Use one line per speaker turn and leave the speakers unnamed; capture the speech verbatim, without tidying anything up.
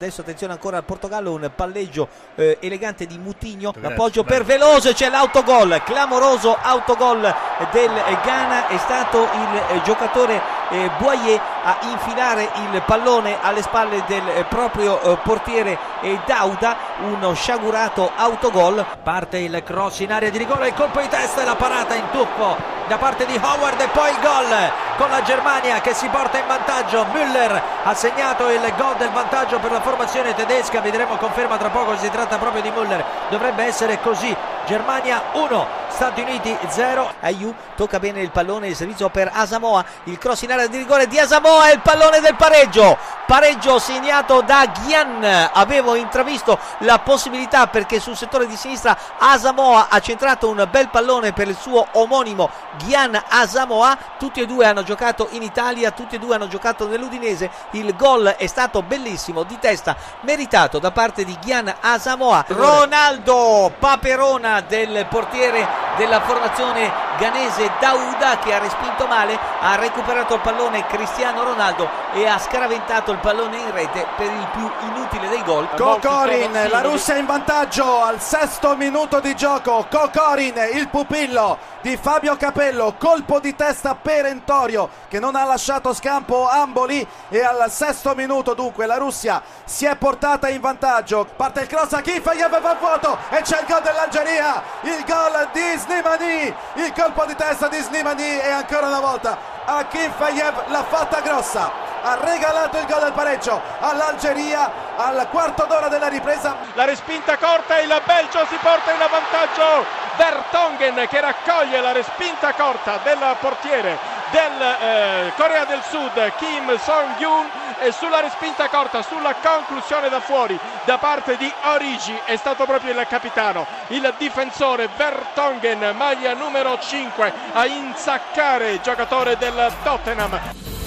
Adesso attenzione ancora al Portogallo, un palleggio eh, elegante di Moutinho, l'appoggio per Veloso, c'è l'autogol, clamoroso autogol del Ghana, è stato il eh, giocatore eh, Boye a infilare il pallone alle spalle del eh, proprio eh, portiere eh, Dauda, uno sciagurato autogol.
Parte il cross in area di rigore, il colpo di testa e la parata in tuffo da parte di Howard e poi il gol con la Germania che si porta in vantaggio. Müller ha segnato il gol del vantaggio per la formazione tedesca, vedremo conferma tra poco, si tratta proprio di Müller, dovrebbe essere così. Germania uno, Stati Uniti zero.
Ayew tocca bene il pallone, il servizio per Asamoah, il cross in area di rigore di Asamoah e il pallone del pareggio, pareggio segnato da Gyan. Avevo intravisto la possibilità perché sul settore di sinistra Asamoah ha centrato un bel pallone per il suo omonimo Gyan Asamoah, tutti e due hanno giocato in Italia, tutti e due hanno giocato nell'Udinese, il gol è stato bellissimo, di testa, meritato da parte di Gyan Asamoah. Ronaldo, Paperona del portiere della formazione ghanese Dauda, che ha respinto male, ha recuperato il pallone Cristiano Ronaldo e ha scaraventato il pallone in rete per il più inutile dei gol.
Kokorin, la Russia in vantaggio al sesto minuto di gioco. Kokorin, il pupillo di Fabio Capello, colpo di testa perentorio che non ha lasciato scampo Amboli, e al sesto minuto dunque la Russia si è portata in vantaggio. Parte il cross a Kifayev, va a vuoto e c'è il gol dell'Algeria, il gol di Slimani, il colpo di testa di Slimani e ancora una volta a Kifayev l'ha fatta grossa, ha regalato il gol del pareggio all'Algeria al quarto d'ora della ripresa.
La respinta corta e il Belgio si porta in avvantaggio. Vertonghen che raccoglie la respinta corta del portiere del eh, Corea del Sud Kim Song-hyun, e sulla respinta corta, sulla conclusione da fuori da parte di Origi è stato proprio il capitano, il difensore Vertonghen, maglia numero cinque, a insaccare il giocatore del Tottenham.